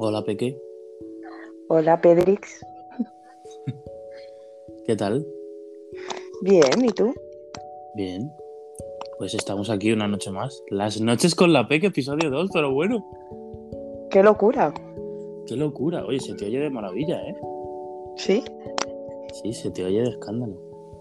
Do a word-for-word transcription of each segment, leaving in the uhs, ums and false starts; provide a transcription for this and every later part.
Hola Peque, Hola, Pedrix. ¿qué tal? Bien, ¿y tú? Bien, pues estamos aquí una noche más. Las noches con la Peque, episodio dos, pero bueno, ¡Qué locura! qué locura. Oye, se te oye de maravilla, ¿eh? ¿Sí? Sí, se te oye de escándalo.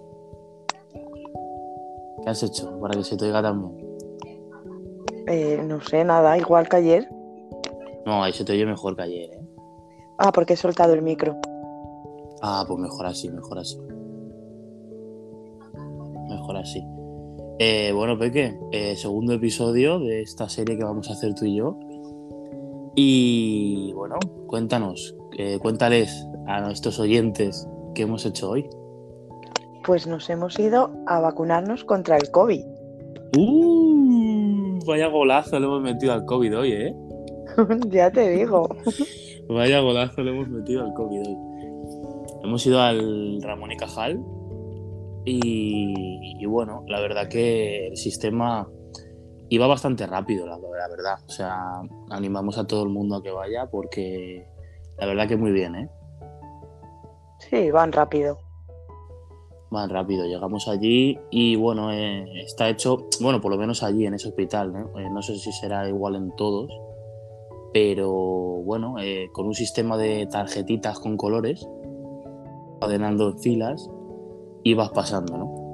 ¿Qué has hecho para que se te oiga tan bien? Eh, no sé, nada, igual que ayer. No, ahí se te oye mejor que ayer, ¿eh? Ah, porque he soltado el micro. Ah, pues mejor así, mejor así, mejor así. Eh, bueno, Peque, eh, segundo episodio de esta serie que vamos a hacer tú y yo. Y bueno, cuéntanos, eh, cuéntales a nuestros oyentes qué hemos hecho hoy. Pues nos hemos ido a vacunarnos contra el COVID. Uh, vaya golazo le hemos metido al COVID hoy, ¿eh? Ya te digo. Vaya golazo le hemos metido al COVID hoy. Hemos ido al Ramón y Cajal y, y bueno, la verdad que el sistema iba bastante rápido, la, la verdad. O sea, animamos a todo el mundo a que vaya porque la verdad que muy bien, ¿eh? Sí, van rápido. Van rápido. Llegamos allí y bueno, eh, está hecho, bueno, por lo menos allí en ese hospital, ¿no? Eh, no sé si será igual en todos, pero bueno, eh, con un sistema de tarjetitas con colores, ordenando en filas y vas pasando, ¿no?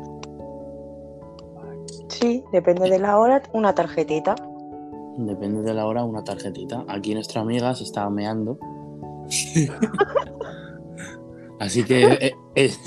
Sí, depende de la hora, una tarjetita. Depende de la hora, una tarjetita. Aquí nuestra amiga se estaba meando, así que eh, es,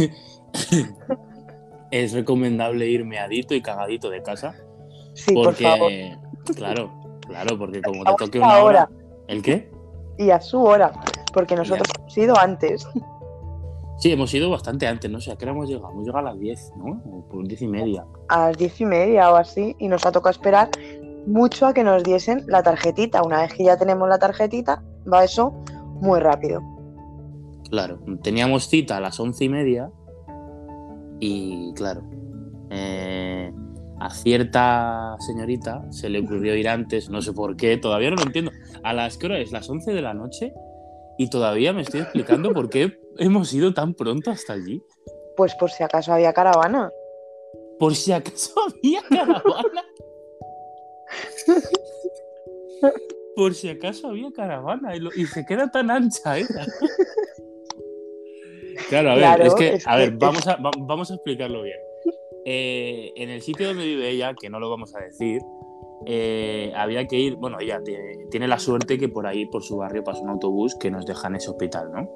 es recomendable ir meadito y cagadito de casa, Sí, por favor. porque, claro, claro, porque como A te toque vuestra una hora hora, ¿el qué? y a su hora, porque Ya. nosotros hemos ido antes. Sí, hemos ido bastante antes, no sé, ¿a qué hora hemos llegado? Hemos llegado a las diez, ¿no? O por diez y media. A las diez y media o así, y nos ha tocado esperar mucho a que nos diesen la tarjetita. Una vez que ya tenemos la tarjetita, va eso muy rápido. Claro, teníamos cita a las once y media y claro, eh, a cierta señorita se le ocurrió ir antes, no sé por qué, todavía no lo entiendo. ¿A las qué hora es? ¿Las once de la noche? Y todavía me estoy explicando por qué hemos ido tan pronto hasta allí. Pues por si acaso había caravana. Por si acaso había caravana. Por si acaso había caravana y, lo, y se queda tan ancha ella. Claro, a ver, es Claro, que, es a que ver, es... vamos a, va- vamos a explicarlo bien. Eh, en el sitio donde vive ella, que no lo vamos a decir, eh, había que ir, bueno, ella tiene, tiene la suerte que por ahí, por su barrio, pasa un autobús que nos deja en ese hospital, ¿no?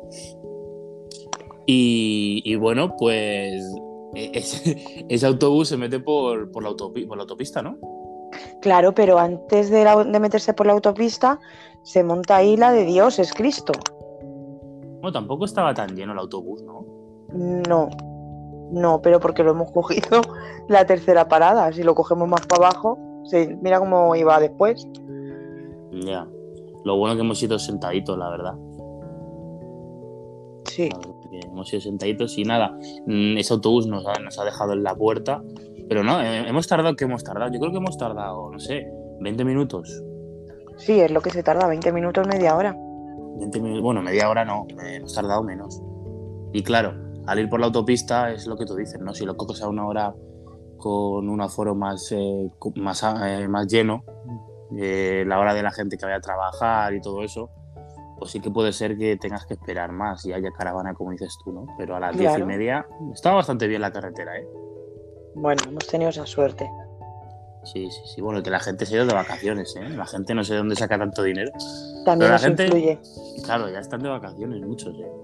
Y, y bueno, pues e- ese, ese autobús se mete por, por, la autopi- por la autopista, ¿no? Claro, pero antes de, la- de meterse por la autopista, se monta ahí la de Dios, es Cristo. Bueno, tampoco estaba tan lleno el autobús, ¿no? No, no, pero porque lo hemos cogido la tercera parada. Si lo cogemos más para abajo, se, mira cómo iba después. Ya. Lo bueno que hemos ido sentaditos, la verdad. Sí, La verdad que hemos ido sentaditos y nada, mm, ese autobús nos ha, nos ha dejado en la puerta, pero no, eh, hemos tardado, ¿qué hemos tardado? Yo creo que hemos tardado, no sé, veinte minutos. sí, es lo que se tarda, veinte minutos, media hora. veinte minutos, bueno, media hora no, eh, hemos tardado menos. Y claro, al ir por la autopista es lo que tú dices, ¿no? Si lo coges a una hora con un aforo más, eh, cu- más, eh, más lleno, eh, la hora de la gente que vaya a trabajar y todo eso, pues sí que puede ser que tengas que esperar más y haya caravana, como dices tú, ¿no? Pero a las diez y Claro. media está bastante bien la carretera, ¿eh? Bueno, hemos tenido esa suerte. Sí, sí, sí. Bueno, que la gente se ha ido de vacaciones, ¿eh? La gente no sé de dónde saca tanto dinero. Pero También la eso gente, influye. claro, ya están de vacaciones muchos, ¿eh?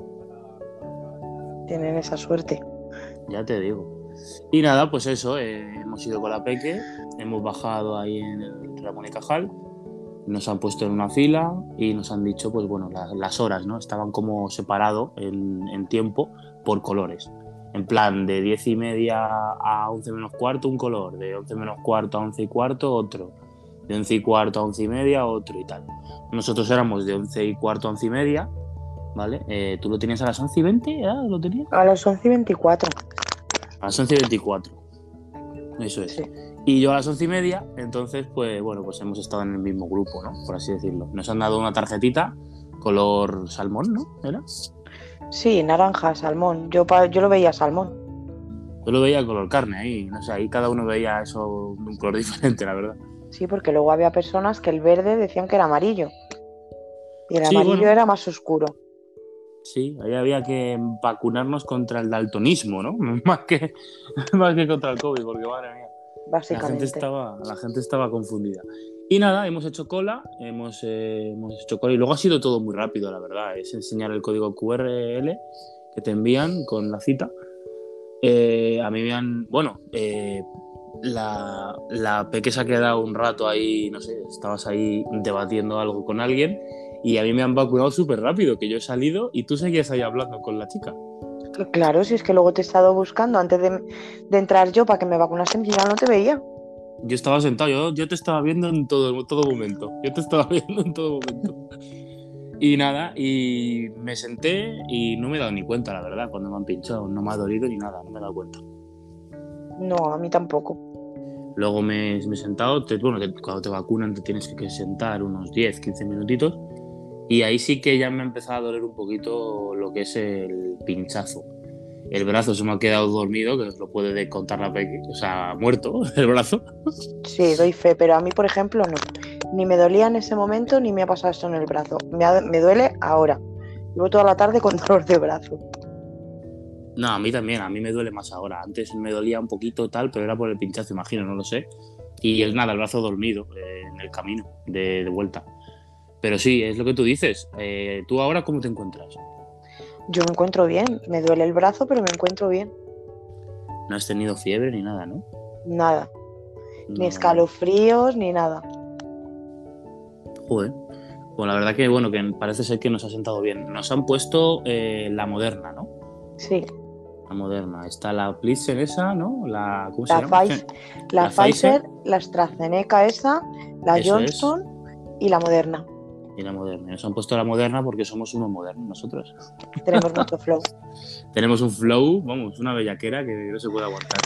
Tienen esa suerte. Ya te digo. Y nada, pues eso, eh, hemos ido con la Peque, hemos bajado ahí en el Ramón y Cajal, nos han puesto en una fila y nos han dicho, pues bueno, la- las horas, ¿no? Estaban como separados en, en tiempo por colores. En plan, de diez y media a once menos cuarto un color, de once menos cuarto a once y cuarto otro, de once y cuarto a once y media otro y tal. Nosotros éramos de once y cuarto a once y media, ¿vale? Eh, ¿tú lo tenías a las once y veinte? ¿Ya lo tenías? A las once y veinticuatro. A las once y veinticuatro. Eso es. Sí. Y yo a las once y media, entonces, pues bueno, pues hemos estado en el mismo grupo, ¿no? Por así decirlo. Nos han dado una tarjetita color salmón, ¿no? ¿Era? Sí, naranja, salmón. Yo, pa- yo lo veía salmón. Yo lo veía color carne ahí, no sé, ahí cada uno veía eso de un color diferente, la verdad. Sí, porque luego había personas que el verde decían que era amarillo. Y el Sí, amarillo bueno, era más oscuro. sí, ahí había que vacunarnos contra el daltonismo, ¿no? Más que, más que contra el COVID, porque madre mía, la gente Básicamente. estaba, la gente estaba confundida. Y nada, hemos hecho cola, hemos, eh, hemos hecho cola y luego ha sido todo muy rápido, la verdad. Es enseñar el código Q R L que te envían con la cita. Eh, a mí me han, bueno, eh, la, la Peque se ha quedado un rato ahí, no sé, estabas ahí debatiendo algo con alguien y a mí me han vacunado súper rápido, que yo he salido y tú seguías ahí hablando con la chica. Claro, si es que luego te he estado buscando antes de, de entrar yo para que me vacunasen y ya no te veía. Yo estaba sentado, yo, yo te estaba viendo en todo, todo momento, yo te estaba viendo en todo momento. Y nada, y me senté y no me he dado ni cuenta, la verdad, cuando me han pinchado, no me ha dolido ni nada, no me he dado cuenta. No, a mí tampoco. Luego me, me he sentado, te, bueno, te- cuando te vacunan te tienes que sentar unos diez, quince minutitos y ahí sí que ya me ha empezado a doler un poquito lo que es el pinchazo. El brazo se me ha quedado dormido, que os lo puede contar la Peque, o sea, muerto el brazo. Sí, doy fe, pero a mí, por ejemplo, no. Ni me dolía en ese momento ni me ha pasado esto en el brazo. Me, ha- me duele ahora. Llevo toda la tarde con dolor de brazo. No, a mí también, a mí me duele más ahora. Antes me dolía un poquito tal, pero era por el pinchazo, imagino, no lo sé. Y el nada, el brazo dormido eh, en el camino de, de vuelta. Pero sí, es lo que tú dices. Eh, ¿Tú ahora cómo te encuentras? Yo me encuentro bien. Me duele el brazo, pero me encuentro bien. No has tenido fiebre ni nada, ¿no? Nada. Ni No. escalofríos, ni nada. Joder. Pues la verdad que, bueno, que parece ser que nos ha sentado bien. Nos han puesto eh, la Moderna, ¿no? Sí. La Moderna. Está la Pfizer esa, ¿no? La, ¿cómo se La, llama? Pfizer, la La Pfizer. Pfizer, la AstraZeneca esa, la Eso es. Johnson y la Moderna. Y la Moderna. Y nos han puesto la Moderna porque somos unos modernos nosotros. Tenemos mucho flow. Tenemos un flow, vamos, una bellaquera que no se puede aguantar.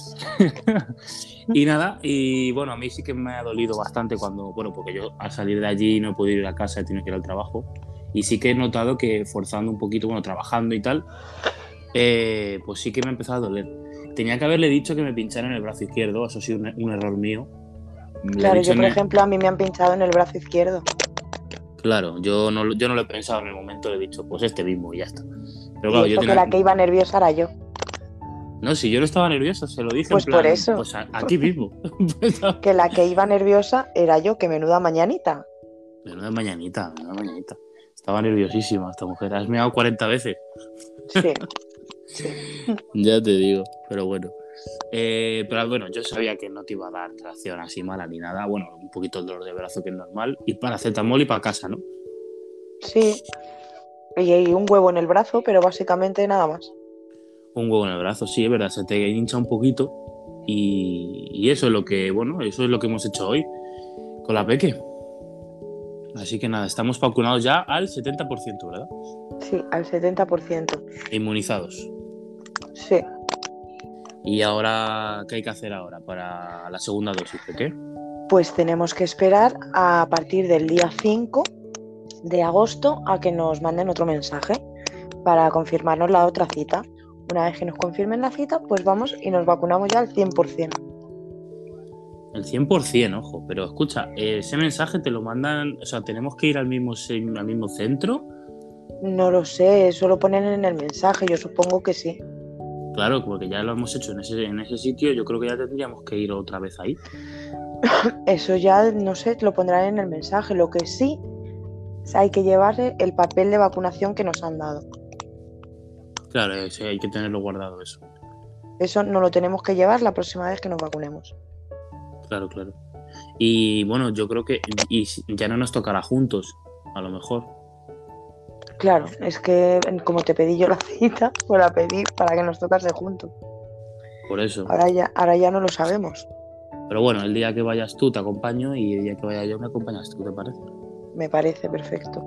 Y nada, y bueno, a mí sí que me ha dolido bastante cuando, bueno, porque yo al salir de allí no he podido ir a casa, he tenido que ir al trabajo. Y sí que he notado que forzando un poquito, bueno, trabajando y tal, eh, pues sí que me ha empezado a doler. Tenía que haberle dicho que me pinchara en el brazo izquierdo, eso ha sido un, un error mío. Le he Claro, dicho yo en por el- ejemplo a mí me han pinchado en el brazo izquierdo. Claro, yo no, yo no lo he pensado en el momento, le he dicho, pues este mismo y ya está. Pero Y claro, yo eso que tenía... la que iba nerviosa era yo. No, si yo no estaba nervioso, se lo dije en Pues por plan, eso, pues a- aquí mismo. Pues, que la que iba nerviosa era yo, que menuda mañanita. menuda mañanita, menuda mañanita. Estaba nerviosísima esta mujer. Has meado cuarenta veces. Sí, sí. Ya te digo, pero bueno. Eh, pero bueno, yo sabía que no te iba a dar reacción así mala ni nada. Bueno, un poquito el dolor de brazo que es normal. Y paracetamol y para casa, ¿no? Sí. Y hay un huevo en el brazo, pero básicamente nada más. Un huevo en el brazo, sí, es verdad, se te hincha un poquito. Y, y eso es lo que, bueno, eso es lo que hemos hecho hoy con la Peque. Así que nada, estamos vacunados ya al setenta por ciento, ¿verdad? Sí, al setenta por ciento. Inmunizados. Sí. ¿Y ahora qué hay que hacer ahora para la segunda dosis, Peque? Pues tenemos que esperar a partir del día cinco de agosto a que nos manden otro mensaje para confirmarnos la otra cita. Una vez que nos confirmen la cita, pues vamos y nos vacunamos ya al cien por ciento. El cien por ciento, ojo. Pero escucha, ese mensaje te lo mandan, o sea, tenemos que ir al mismo, al mismo centro. No lo sé, eso lo ponen en el mensaje, yo supongo que sí. Claro, porque ya lo hemos hecho en ese, en ese sitio, yo creo que ya tendríamos que ir otra vez ahí. Eso ya, no sé, lo pondrán en el mensaje. Lo que sí, hay que llevar el papel de vacunación que nos han dado. Claro, sí, hay que tenerlo guardado eso. Eso no lo tenemos que llevar la próxima vez que nos vacunemos. Claro, claro. Y bueno, yo creo que y ya no nos tocará juntos, a lo mejor. Claro, es que como te pedí yo la cita, pues la pedí para que nos tocase juntos. Por eso. Ahora ya, ahora ya no lo sabemos. Pero bueno, el día que vayas tú te acompaño y el día que vaya yo me acompañas tú, ¿te parece? Me parece perfecto.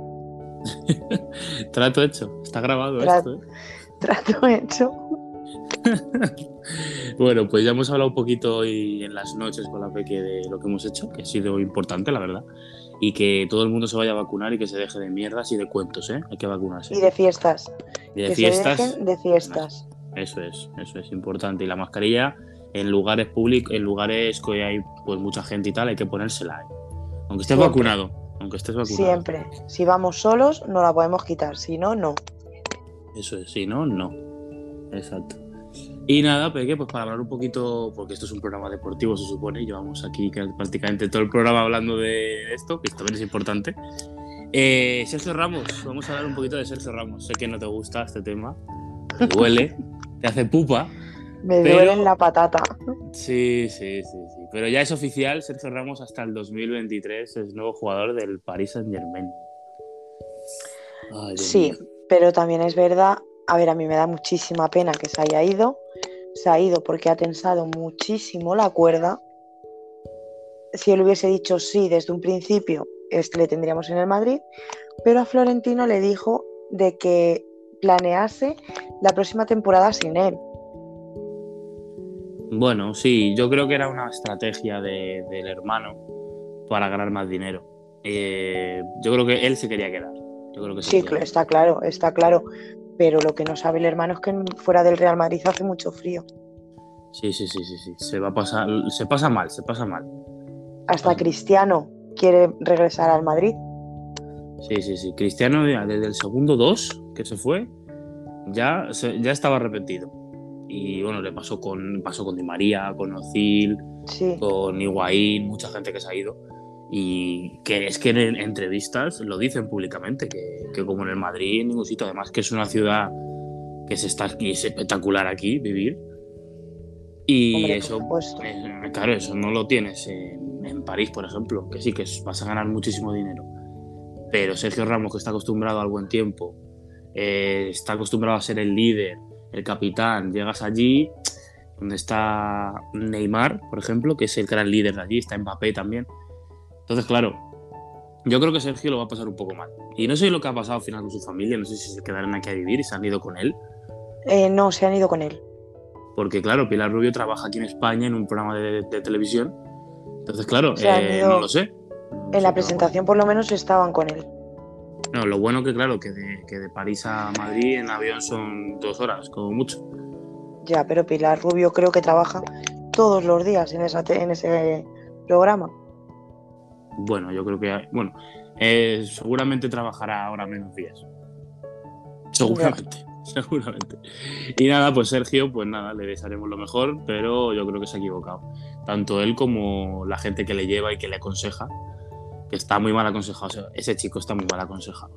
Trato hecho. Está grabado Tra- esto, ¿eh? Trato hecho. Bueno, pues ya hemos hablado un poquito hoy en las noches con la Peque de lo que hemos hecho, que ha sido importante, la verdad. Y que todo el mundo se vaya a vacunar y que se deje de mierdas y de cuentos, ¿eh? Hay que vacunarse. Y de fiestas. Y de Que se fiestas. dejen de fiestas. Eso es, eso es importante. Y la mascarilla en lugares públicos, en lugares que hay pues mucha gente y tal, hay que ponérsela, ¿eh? Aunque estés Siempre. vacunado. Aunque estés vacunado. Siempre. Si vamos solos, no la podemos quitar. Si no, no. Eso es, si no, no. Exacto. Y nada, Peque, pues para hablar un poquito, porque esto es un programa deportivo, se supone, y llevamos aquí prácticamente todo el programa hablando de esto, que también es importante. Eh, Sergio Ramos, vamos a hablar un poquito de Sergio Ramos. Sé que no te gusta este tema, te duele, te hace pupa. Me pero... duele en la patata. Sí, sí, sí, sí. Pero ya es oficial, Sergio Ramos hasta el dos mil veintitrés es nuevo jugador del Paris Saint-Germain. Ay, Dios sí, mío. Pero también es verdad, a ver, a mí me da muchísima pena que se haya ido. Se ha ido porque ha tensado muchísimo la cuerda. Si él hubiese dicho sí desde un principio, este le tendríamos en el Madrid, pero a Florentino le dijo de que planease la próxima temporada sin él. Bueno, sí, yo creo que era una estrategia de, del hermano para ganar más dinero. Eh, yo creo que él se quería quedar. Yo creo que sí, quería está claro, está claro. Pero lo que no sabe el hermano es que fuera del Real Madrid hace mucho frío. Sí, sí, sí, sí, sí. Se va a pasar, se pasa mal, se pasa mal. Hasta Cristiano quiere regresar al Madrid. Sí, sí, sí. Cristiano desde el segundo dos que se fue, ya, se, ya estaba arrepentido. Y bueno, le pasó con, pasó con Di María, con Ozil, sí. con Higuaín, mucha gente que se ha ido. Y que es que en entrevistas lo dicen públicamente, que, que como en el Madrid, en ningún sitio, además que es una ciudad que se está aquí, es espectacular aquí vivir. Y Hombre, eso, eh, claro, eso no lo tienes en, en París, por ejemplo, que sí, que vas a ganar muchísimo dinero. Pero Sergio Ramos, que está acostumbrado al buen tiempo, eh, está acostumbrado a ser el líder, el capitán, llegas allí donde está Neymar, por ejemplo, que es el gran líder de allí, está Mbappé también. Entonces, claro, yo creo que Sergio lo va a pasar un poco mal. Y no sé lo que ha pasado al final con su familia, no sé si se quedarán aquí a vivir y se han ido con él. Eh, no, se han ido con él. Porque, claro, Pilar Rubio trabaja aquí en España en un programa de, de televisión. Entonces, claro, eh, no lo sé. No en sé la presentación, por lo menos, estaban con él. No, lo bueno que, claro, que de, que de París a Madrid en avión son dos horas, como mucho. Ya, pero Pilar Rubio creo que trabaja todos los días en, esa, en ese programa. Bueno, yo creo que... Bueno, eh, seguramente trabajará ahora menos días. Seguramente, ya. seguramente. Y nada, pues Sergio, pues nada, le desearemos lo mejor, pero yo creo que se ha equivocado. Tanto él como la gente que le lleva y que le aconseja, que está muy mal aconsejado. O sea, ese chico está muy mal aconsejado.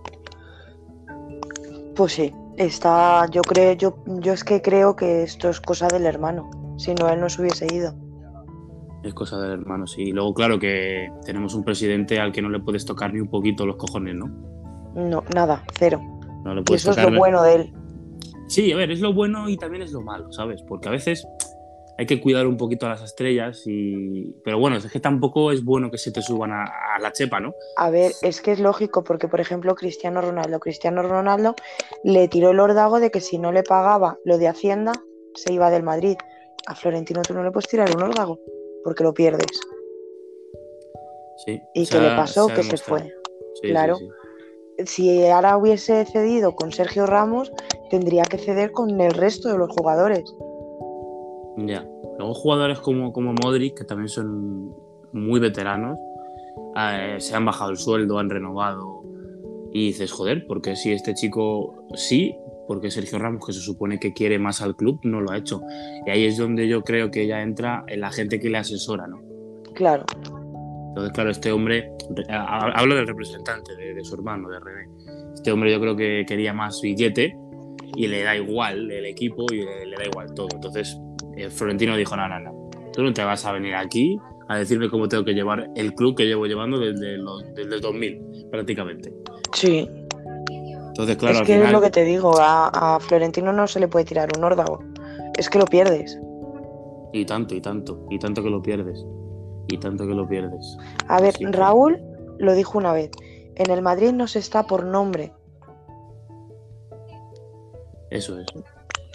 Pues sí, está, yo creo, yo, yo es que creo que esto es cosa del hermano. Si no, él no se hubiese ido. Es cosa del hermano, sí. Y luego, claro, que tenemos un presidente al que no le puedes tocar ni un poquito los cojones, ¿no? No, nada, cero. No le Y puedes eso tocar. Es lo bueno de él. Sí, a ver, es lo bueno y también es lo malo, ¿sabes? Porque a veces hay que cuidar un poquito a las estrellas y... Pero bueno, es que tampoco es bueno que se te suban a, a la chepa, ¿no? A ver, es que es lógico porque, por ejemplo, Cristiano Ronaldo, Cristiano Ronaldo le tiró el ordago de que si no le pagaba lo de Hacienda, se iba del Madrid. A Florentino tú no le puedes tirar un ordago porque lo pierdes. Sí. ¿Y se qué le ha, pasó? se ha Que se demostrado. fue. Sí, Claro. sí, sí. Si ahora hubiese cedido con Sergio Ramos, tendría que ceder con el resto de los jugadores. Ya. Luego jugadores como, como Modric, que también son muy veteranos, eh, se han bajado el sueldo, han renovado y dices, joder, porque si este chico sí, porque Sergio Ramos, que se supone que quiere más al club, no lo ha hecho. Y ahí es donde yo creo que ya entra la gente que le asesora, ¿no? Claro. Entonces, claro, este hombre, hablo del representante, de, de su hermano, de René. Este hombre yo creo que quería más billete y le da igual el equipo y le, le da igual todo. Entonces, el Florentino dijo, no, no, no, tú no te vas a venir aquí a decirme cómo tengo que llevar el club que llevo llevando desde, los, desde el dos mil, prácticamente. Sí. Entonces, claro, es al que final... es lo que te digo, a, a Florentino no se le puede tirar un órdago. Es que lo pierdes. Y tanto, y tanto, y tanto que lo pierdes. Y tanto que lo pierdes. A ver, Así que... Raúl lo dijo una vez, en el Madrid no se está por nombre. Eso es.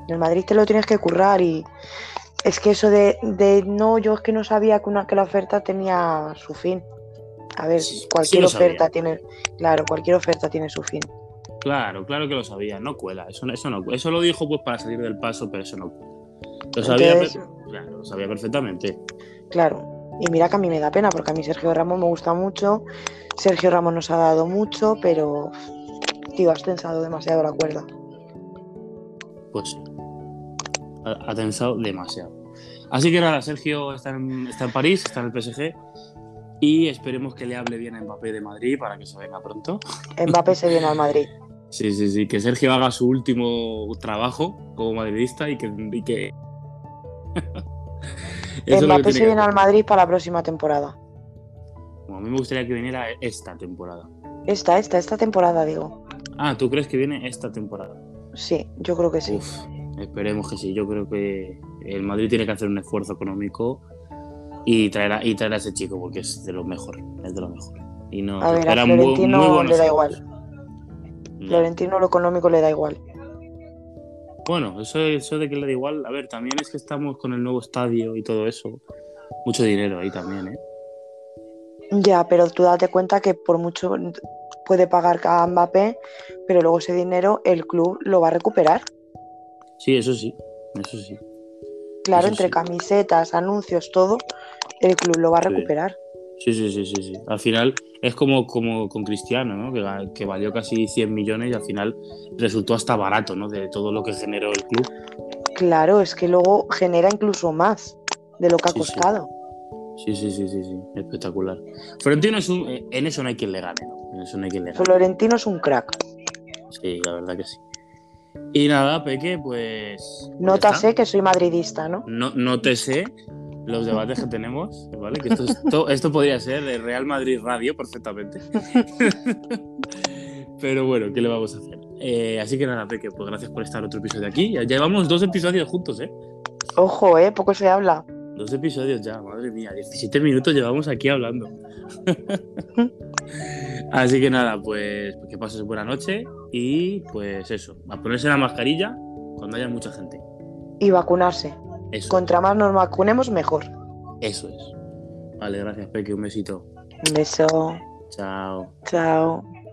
En el Madrid te lo tienes que currar y es que eso de, de no, yo es que no sabía que, una, que la oferta tenía su fin. A ver, Sí, sí cualquier lo sabía. oferta tiene, claro, cualquier oferta tiene su fin. Claro, claro que lo sabía. No cuela. Eso, no- eso, no, eso lo dijo pues para salir del paso, pero eso no cuela. Lo sabía, Entonces, per- claro, lo sabía perfectamente. claro, y mira que a mí me da pena porque a mí Sergio Ramos me gusta mucho, Sergio Ramos nos ha dado mucho, pero, tío, has tensado demasiado la cuerda. Pues sí, ha, ha tensado demasiado. Así que nada, Sergio está en, está en París, está en el P S G y esperemos que le hable bien a Mbappé de Madrid para que se venga pronto. Mbappé se viene al Madrid. Sí, sí, sí, que Sergio haga su último trabajo como madridista y que, y que... eso es lo que Mbappé tiene se que viene hacer. al Madrid para la próxima temporada. Bueno, a mí me gustaría que viniera esta temporada. Esta, esta, esta temporada, digo. Ah, ¿tú crees que viene esta temporada? Sí, yo creo que sí. Uf, esperemos que sí. Yo creo que el Madrid tiene que hacer un esfuerzo económico y traer a, y traer a ese chico porque es de lo mejor, es de lo mejor. Y nos A ver, a esperan bu- muy Florentino le buenos da años. igual. Ya. Florentino lo económico le da igual. Bueno, eso, eso de que le da igual, a ver, también es que estamos con el nuevo estadio y todo eso. Mucho dinero ahí también, ¿eh? Ya, pero tú date cuenta que por mucho puede pagar a Mbappé, pero luego ese dinero el club lo va a recuperar. Sí, eso sí, eso sí, Claro, eso entre sí. camisetas, anuncios, todo, el club lo va a Sí. recuperar. Sí, sí, sí, sí, sí. Al final es como, como con Cristiano, ¿no? Que, ga- que valió casi cien millones y al final resultó hasta barato, ¿no? De todo lo que generó el club. Claro, es que luego genera incluso más de lo que ha Sí, sí. costado. Sí, sí, sí, sí, sí. Espectacular. Florentino es un, eh, en eso no hay quien le gane, ¿no? En eso no hay quien le gane. Florentino es un crack. Sí, la verdad que sí. Y nada, Peque, pues, pues ya está. Nótase que soy madridista, ¿no? No, no te sé los debates que tenemos, ¿vale? Que esto, esto, esto podría ser de Real Madrid Radio perfectamente. Pero bueno, ¿qué le vamos a hacer? Eh, así que nada, Peque, pues gracias por estar otro episodio aquí. Ya llevamos dos episodios juntos, ¿eh? Ojo, ¿eh? Poco se habla. Dos episodios ya, madre mía. diecisiete minutos llevamos aquí hablando. Así que nada, pues que pases buena noche y pues eso, a ponerse la mascarilla cuando haya mucha gente. Y vacunarse. Eso Contra más nos vacunemos, mejor. es. Eso es. Vale, gracias, Peque. Un besito. Un beso. Chao. Chao.